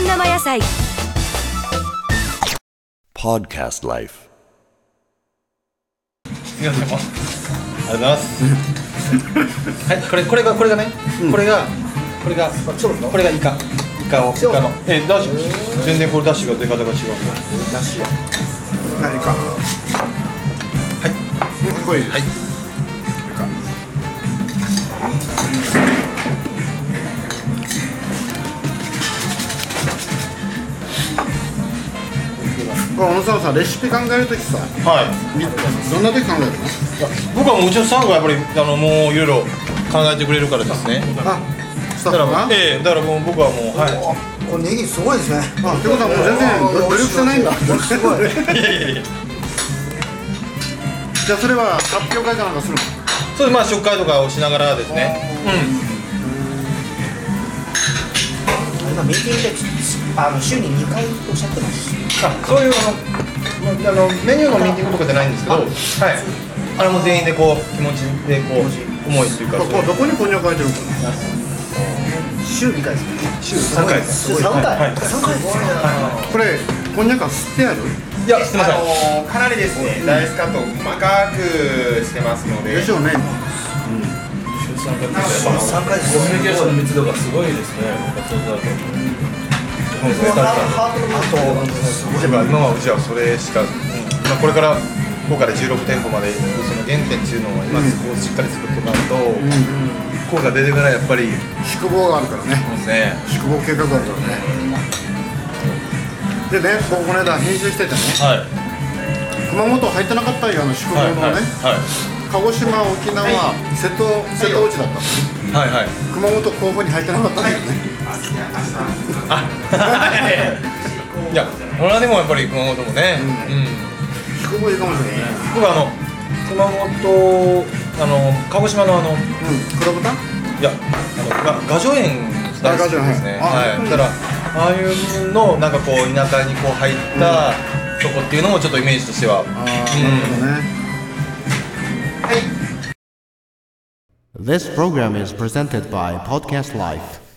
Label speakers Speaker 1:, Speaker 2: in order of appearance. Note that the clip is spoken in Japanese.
Speaker 1: 生野菜。
Speaker 2: Podcast Life。
Speaker 3: ありがとうございます。はい、これがね、これがイカのダッシュ、全然これダッシュが出方が違う。
Speaker 4: だし何かこれ
Speaker 3: はい。
Speaker 4: 小野沢さんレシピ考えるときさ、
Speaker 3: はい。
Speaker 4: どんなとき考えるの？
Speaker 3: 僕はもううちのサンゴはやっぱりもういろいろ考えてくれるからですね。
Speaker 4: あ、スタ
Speaker 3: だか
Speaker 4: ッフが？
Speaker 3: らだからもう僕はもう
Speaker 5: これネギすごいですね。
Speaker 4: あ、ってことはもう全然努力してないんだ。
Speaker 5: すごい。
Speaker 3: いや。
Speaker 4: じゃあそれは発表会かなんかするの？
Speaker 3: そうです、まあ食会とかをしながらですね。
Speaker 5: 今ミーティングで週に2回おっしゃってます。
Speaker 3: そういうメニューのミーティングとかじゃないんですけど、はい。もう全員でこう気持ちでこう思いっていうか。
Speaker 4: どこにこんにゃく書いてるのかな？
Speaker 5: 週2回ですね。
Speaker 3: 週3回です。
Speaker 5: 3回。
Speaker 3: はい。
Speaker 5: 3回ですね。
Speaker 4: これこんにゃくは吸ってある？
Speaker 3: いや、すみません。
Speaker 6: かなりですね、ダイスカットを細かくしてますので。
Speaker 4: でしょうね。
Speaker 5: 3回です。
Speaker 7: コミュニケーションの密度がすごいですね。
Speaker 5: ハートのマット。
Speaker 3: 今はうちはそれしか、これから福岡で16店舗までその原点っていうのを今こうしっかり作ってもらうと、効果出てからやっぱり
Speaker 4: 宿坊があるからね。
Speaker 3: そうですね。
Speaker 4: 宿坊計画があるからね。でね、僕この間編集しててね、
Speaker 3: はい。
Speaker 4: 熊本入ってなかったよ宿坊のね、鹿児島、沖縄、瀬戸内だったの。
Speaker 3: はいはい。
Speaker 4: 熊本候補に入ってなかったんだよね。
Speaker 3: いや、俺はでもやっぱり熊本もね。
Speaker 4: 宿坊いいかもしれないね。
Speaker 3: 僕熊本鹿児島の
Speaker 4: 黒豚？
Speaker 3: いや雅叙園大好きですね。はい。だからああいうのなんかこう田舎にこう入ったとこっていうのもちょっとイメージとしては。
Speaker 4: なるほどね。
Speaker 2: This program is presented by Podcast Life.